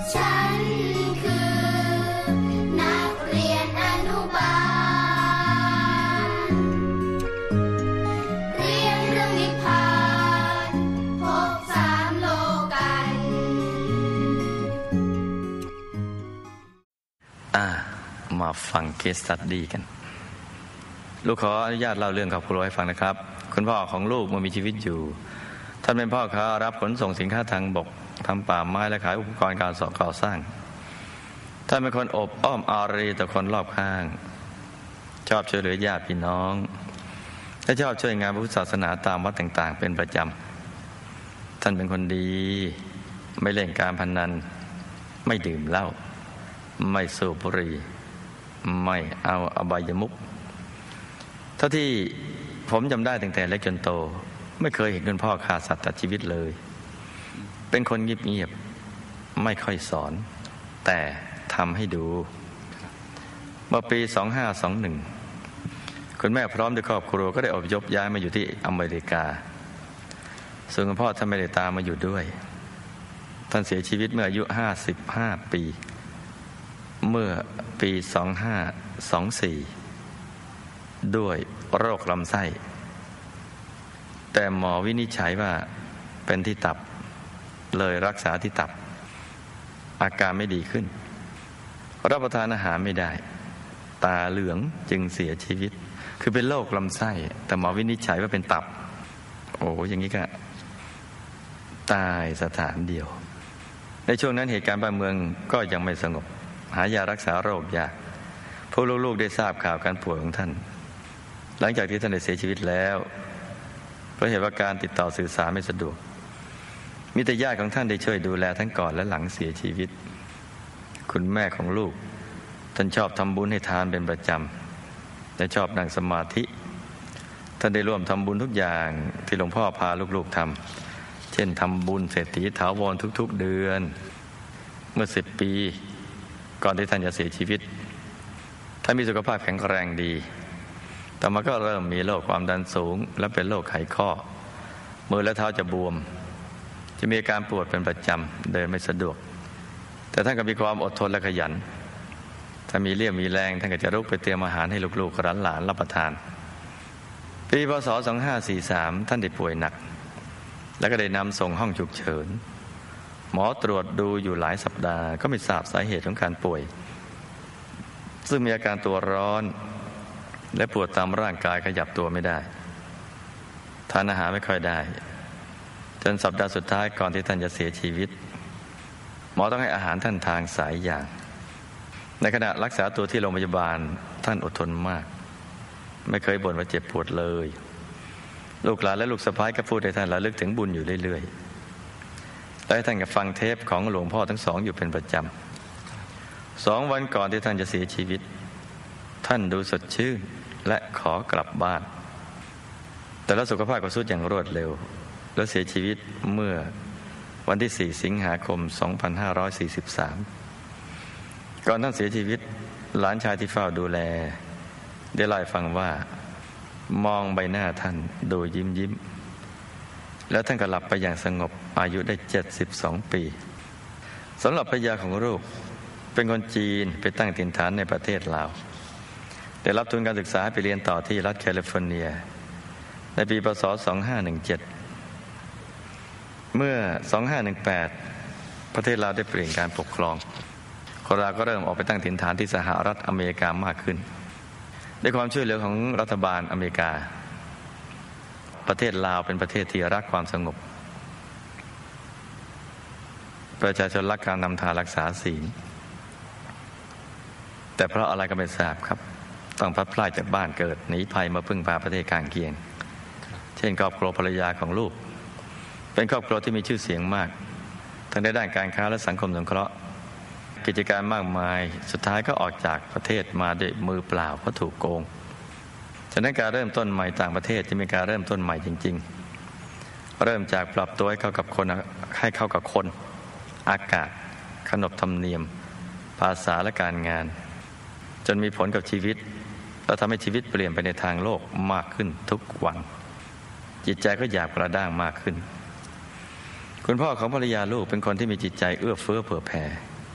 ฉันคือนักเรียนอนุบาลเรียนเรื่องนิพพานพบสามโลกันมาฟังเคสสตั๊ดดี้กันลูกขออนุญาตเล่าเรื่องครอบครัวให้ฟังนะครับคุณพ่อของลูกเมื่อมีชีวิตอยู่ท่านเป็นพ่อค้ารับขนส่งสินค้าทางบกทำป่าไม้และขายอุปกรณ์การก่อสร้างท่านเป็นคนอบอ้อมอารีต่อคนรอบข้างชอบช่วยเหลือญาติพี่น้องและชอบช่วยงานพระพุทธศาสนาตามวัดต่างๆเป็นประจำท่านเป็นคนดีไม่เล่นการพนันไม่ดื่มเหล้าไม่สูบบุหรี่ไม่เอาอบายมุขเท่าที่ผมจำได้ตั้งแต่เล็กจนโตไม่เคยเห็นคุณพ่อฆ่าสัตว์ตัดชีวิตเลยเป็นคนเงียบๆไม่ค่อยสอนแต่ทำให้ดูเมื่อปี 2521คุณแม่พร้อมด้วยครอบครัวก็ได้อพยพย้ายมาอยู่ที่อเมริกาส่วนคุณพ่อท่านไม่ได้ตามมาอยู่ด้วยท่านเสียชีวิตเมื่ออายุ55 ปีเมื่อปี 2524 ด้วยโรคลำไส้แต่หมอวินิจฉัยว่าเป็นที่ตับเลยรักษาที่ตับอาการไม่ดีขึ้นรับประทานอาหารไม่ได้ตาเหลืองจึงเสียชีวิตคือเป็นโรคลำไส้แต่หมอวินิจฉัยว่าเป็นตับโอ้อย่างนี้ก็ตายสถานเดียวในช่วงนั้นเหตุการณ์บ้านเมืองก็ยังไม่สงบหายารักษาโรคยากพวกลูกๆได้ทราบข่าวการป่วยของท่านหลังจากที่ท่านได้เสียชีวิตแล้วเพราะเหตุว่าการติดต่อสื่อสารไม่สะดวกมีแต่ญาติของท่านได้ช่วยดูแลทั้งก่อนและหลังเสียชีวิตคุณแม่ของลูกท่านชอบทำบุญให้ทานเป็นประจำและชอบนั่งสมาธิท่านได้ร่วมทำบุญทุกอย่างที่หลวงพ่อพาลูกๆทำเช่นทำบุญเศรษฐีถาวรทุกๆเดือนเมื่อ10 ปีก่อนที่ท่านจะเสียชีวิตท่านมีสุขภาพแข็งแรงดีแต่มันก็เริ่มมีโรคความดันสูงและเป็นโรคไขข้อมือและเท้าจะบวมจะมีอาการปวดเป็นประจำเดินไม่สะดวกแต่ท่านก็มีความอดทนและขยันถ้ามีเรี่ยวมีแรงท่านก็จะลุกไปเตรียมอาหารให้ลูกๆหลานรับประทานปีพ.ศ. 2543ท่านได้ป่วยหนักแล้วก็ได้นำส่งห้องฉุกเฉินหมอตรวจดูอยู่หลายสัปดาห์ก็ไม่ทราบสาเหตุของการป่วยซึ่งมีอาการตัวร้อนและปวดตามร่างกายขยับตัวไม่ได้ทานอาหารไม่ค่อยได้จนสัปดาห์สุดท้ายก่อนที่ท่านจะเสียชีวิตหมอต้องให้อาหารท่านทางสายยางในขณะรักษาตัวที่โรงพยาบาลท่านอดทนมากไม่เคยบ่นว่าเจ็บปวดเลยลูกหลานและลูกสะใภ้ก็พูดให้ท่านระลึกถึงบุญอยู่เรื่อยๆและท่านก็ฟังเทปของหลวงพ่อทั้งสองอยู่เป็นประจำ2 วันก่อนที่ท่านจะเสียชีวิตท่านดูสดชื่นและขอกลับบ้านแต่แล้วสุขภาพก็ทรุดอย่างรวดเร็วและเสียชีวิตเมื่อวันที่4 สิงหาคม 2543ก่อนท่านเสียชีวิตหลานชายที่เฝ้าดูแลได้เล่าให้ฟังว่ามองใบหน้าท่านดูยิ้มแล้วท่านก็หลับไปอย่างสงบอายุได้72 ปีสำหรับภรรยาของลูกเป็นคนจีนไปตั้งถิ่นฐานในประเทศลาวได้รับทุนการศึกษาไปเรียนต่อที่รัฐแคลิฟอร์เนียในปีพ.ศ. 2517เมื่อ 2518ประเทศลาวได้เปลี่ยนการปกครองคนลาวก็เริ่มออกไปตั้งถิ่นฐานที่สหรัฐอเมริกามากขึ้นด้วยความช่วยเหลือของรัฐบาลอเมริกาประเทศลาวเป็นประเทศที่รักความสงบประชาชนรักการนำทานรักษาศีลแต่เพราะอะไรก็ไม่ทราบครับต้องพลัดพรากจากบ้านเกิดหนีภัยมาพึ่งพาประเทศข้างเคียงเช่นครอบครัวภรรยาของลูกเป็นครอบครัวที่มีชื่อเสียงมากทั้งในด้านการค้าและสังคมสงเคราะห์กิจการมากมายสุดท้ายก็ออกจากประเทศมาด้วยมือเปล่าเพราะถูกโกงฉะนั้นการเริ่มต้นใหม่ต่างประเทศจะมีการเริ่มต้นใหม่จริงๆเริ่มจากปรับตัวให้เข้ากับคนอากาศขนบธรรมเนียมภาษาและการงานจนมีผลกับชีวิตและทำให้ชีวิตเปลี่ยนไปในทางโลกมากขึ้นทุกวันจิตใจก็หยาบกระด้างมากขึ้นคุณพ่อของภรรยาลูกเป็นคนที่มีจิตใจเอื้อเฟื้อเผื่อแผ่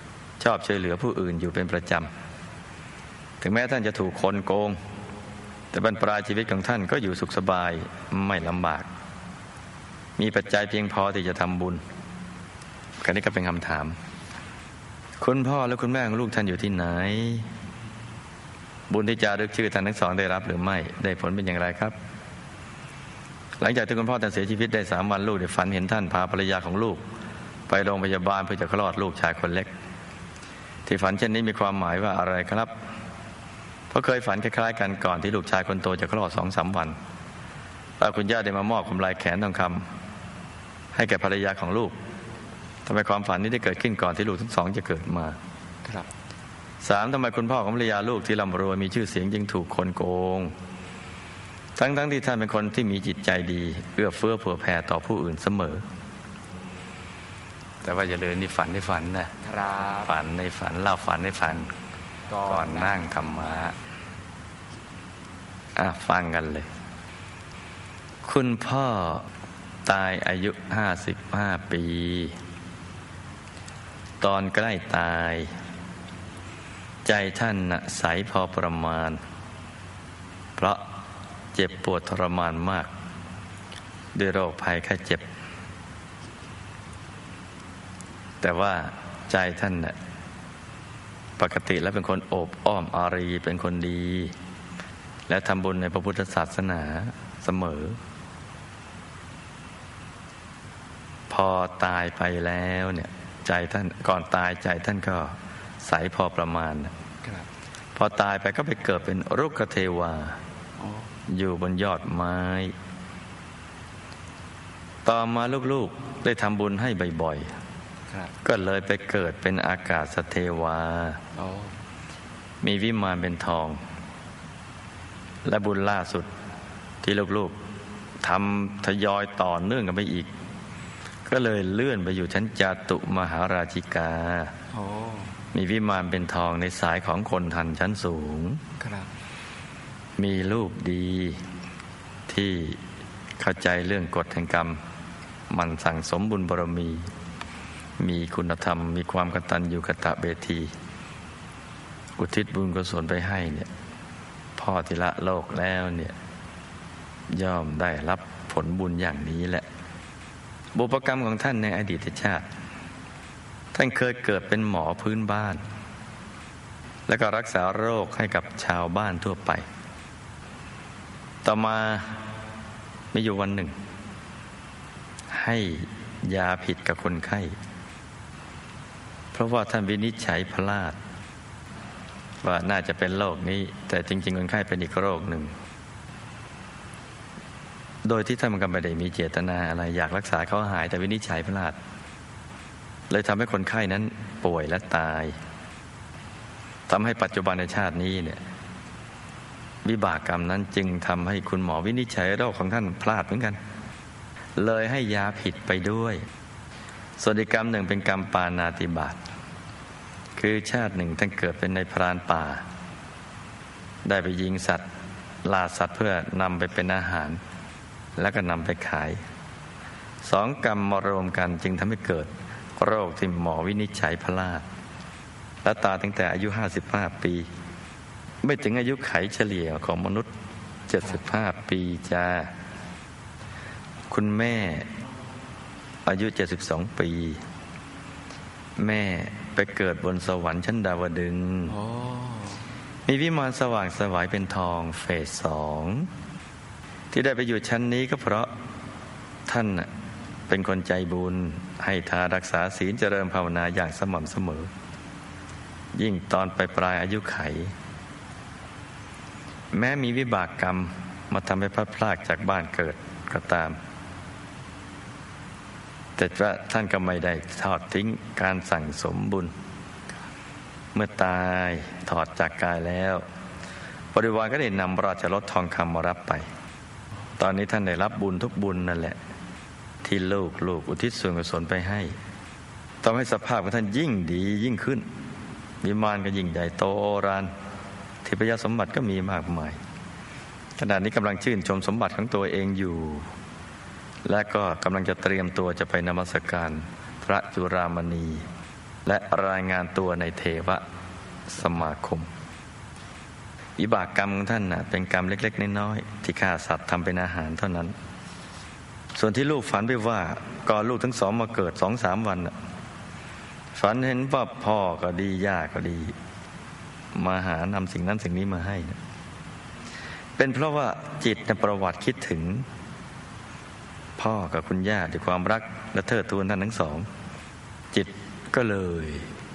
ชอบช่วยเหลือผู้อื่นอยู่เป็นประจำถึงแม้ท่านจะถูกคนโกงแต่บรรปลายชีวิตของท่านก็อยู่สุขสบายไม่ลำบากมีปัจจัยเพียงพอที่จะทำบุญกันนี้ก็เป็นคำถามคุณพ่อและคุณแม่ของลูกท่านอยู่ที่ไหนบุญที่จารึกชื่อท่านทั้งสองได้รับหรือไม่ได้ผลเป็นอย่างไรครับหลังจากที่คุณพ่อท่านเสียชีวิตได้3 วันลูกได้ฝันเห็นท่านพาภรรยาของลูกไปโรงพยาบาลเพื่อจะคลอดลูกชายคนเล็กที่ฝันเช่นนี้มีความหมายว่าอะไรครับเพราะเคยฝันคล้ายๆกันก่อนที่ลูกชายคนโตจะคลอด2-3 วันคุณย่าได้มามอบกำไลแขนทองคำให้แก่ภรรยาของลูกทำไมความฝันนี้ได้เกิดขึ้นก่อนที่ลูกทั้งสองจะเกิดมาครับ3ทำไมคุณพ่อของภรรยาลูกที่ร่ำรวยมีชื่อเสียงจึงถูกคนโกงทั้งที่ท่านเป็นคนที่มีจิตใจดีเอื้อเฟื้อเผื่อแผ่ต่อผู้อื่นเสมอแต่ว่าอย่าลืมนี่ฝันในฝันนะครับฝันในฝันเล่าฝันในฝันก่อนนั่งธรรมะฟังกันเลยคุณพ่อตายอายุ55 ปีตอนใกล้ตายใจท่านใสพอประมาณเพราะเจ็บปวดทรมานมากด้วยโรคภัยไข้เจ็บแต่ว่าใจท่านปกติแล้วเป็นคนโอบอ้อมอารีเป็นคนดีและทำบุญในพระพุทธศาสนาเสมอพอตายไปแล้วเนี่ยใจท่านก่อนตายใจท่านก็ใสพอประมาณพอตายไปก็ไปเกิดเป็นรุกขเทวาอยู่บนยอดไม้ต่อมาลูกๆได้ทำบุญให้บ่อยๆก็เลยไปเกิดเป็นอากาศเทวามีวิมานเป็นทองและบุญล่าสุดที่ลูกๆทำทยอยต่อเนื่องกันไปอีกก็เลยเลื่อนไปอยู่ชั้นจาตุมหาราชิกามีวิมานเป็นทองในสายของคนทันชั้นสูงมีลูกดีที่เข้าใจเรื่องกฎแห่งกรรมมันสั่งสมบุญบารมีคุณธรรมมีความกตัญญูกตเวทีอุทิศบุญกุศลไปให้เนี่ยพ่อที่ละโลกแล้วเนี่ยย่อมได้รับผลบุญอย่างนี้แหละบุพกรรมของท่านในอดีตชาติท่านเคยเกิดเป็นหมอพื้นบ้านแล้วก็รักษาโรคให้กับชาวบ้านทั่วไปต่อมามีอยู่วันหนึ่งให้ยาผิดกับคนไข้เพราะว่าท่านวินิจฉัยพลาดว่าน่าจะเป็นโรคนี้แต่จริงๆคนไข้เป็นอีกโรคหนึ่งโดยที่ท่านก็ไม่ได้มีเจตนาอะไรอยากรักษาเขาหายแต่วินิจฉัยพลาดเลยทำให้คนไข้นั้นป่วยและตายทำให้ปัจจุบันในชาตินี้เนี่ยวิบากกรรมนั้นจึงทำให้คุณหมอวินิจฉัยโรคของท่านพลาดเหมือนกันเลยให้ยาผิดไปด้วยส่วนอีกกรรมหนึ่งเป็นกรรมปาณาติบาตคือชาติหนึ่งท่านเกิดเป็นนายพรานป่าได้ไปยิงสัตว์ล่าสัตว์เพื่อนำไปเป็นอาหารแล้วก็นำไปขาย2 กรรมมารวมกันจึงทำให้เกิดโรคที่หมอวินิจฉัยพลาดและตายตั้งแต่อายุ55 ปีไม่ถึงอายุไขเฉลี่ยของมนุษย์75 ปีจ้าคุณแม่อายุ72 ปีแม่ไปเกิดบนสวรรค์ชั้นดาวดึงส์มีวิมานสว่างไสวเป็นทองเฟส 2ที่ได้ไปอยู่ชั้นนี้ก็เพราะท่านเป็นคนใจบุญให้ทานรักษาศีลเจริญภาวนาอย่างสม่ำเสมอยิ่งตอนปลายอายุไขแม้มีวิบากกรรมมาทำให้พลัดพรากจากบ้านเกิดก็ตามแต่ว่าท่านก็ไม่ได้ทอดทิ้งการสั่งสมบุญเมื่อตายถอดจากกายแล้วบริวารก็ได้นำราชรถทองคำมารับไปตอนนี้ท่านได้รับบุญทุกบุญนั่นแหละที่ลูกอุทิศส่วนกุศลไปให้ทำให้สภาพของท่านยิ่งดียิ่งขึ้นวิมานก็ยิ่งใหญ่โตโอฬารทิพยสมบัติก็มีมากมายขณะนี้กำลังชื่นชมสมบัติของตัวเองอยู่และก็กำลังจะเตรียมตัวจะไปนมัสการพระจุฬามณีและรายงานตัวในเทวสมาคมวิบากกรรมของท่านเป็นกรรมเล็กๆน้อยๆที่ฆ่าสัตว์ทำเป็นอาหารเท่านั้นส่วนที่ลูกฝันไปว่าก่อนลูกทั้งสองมาเกิด 2-3 วันฝันเห็นว่าพ่อก็ดีย่าก็ดีมาหานำสิ่งนั้นสิ่งนี้มาให้เป็นเพราะว่าจิตในประวัติคิดถึงพ่อกับคุณย่าด้วยความรักและเทิดทูนท่านทั้งสองจิตก็เลย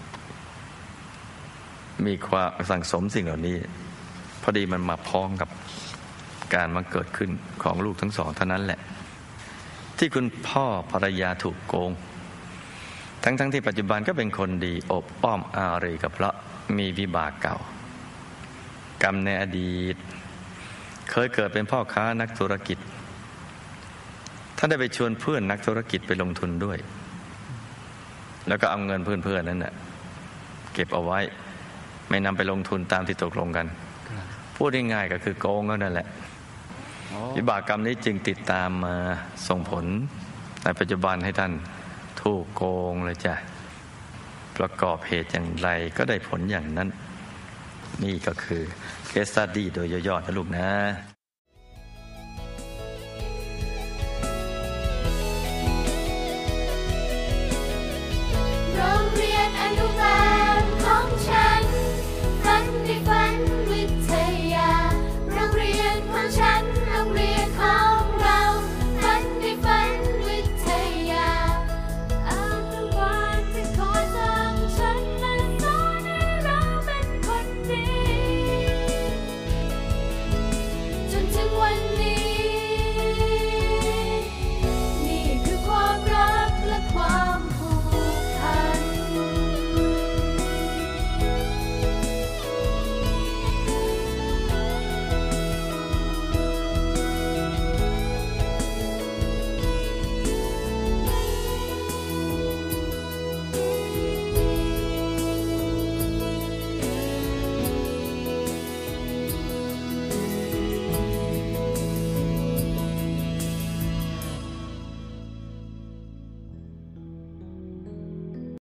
มีความสั่งสมสิ่งเหล่านี้พอดีมันมาพ้องกับการมาเกิดขึ้นของลูกทั้งสองเท่านั้นแหละที่คุณพ่อภรรยาถูกโกงทั้งที่ปัจจุบันก็เป็นคนดีอบอ้อมอารีกับเพราะมีวิบากเก่ากรรมในอดีตเคยเกิดเป็นพ่อค้านักธุรกิจท่านได้ไปชวนเพื่อนนักธุรกิจไปลงทุนด้วยแล้วก็เอาเงินเพื่อนๆนั้นเก็บเอาไว้ไม่นำไปลงทุนตามที่ตกลงกันพูดง่ายๆก็คือโกงนั่นแหละวิบากกรรมนี้จึงติดตามมาส่งผลในปัจจุบันให้ท่านถูกโกงเลยจ้ะประกอบเหตุอย่างไรก็ได้ผลอย่างนั้นนี่ก็คือเคสสตั๊ดดี้โดยย่อๆนะลูกนะ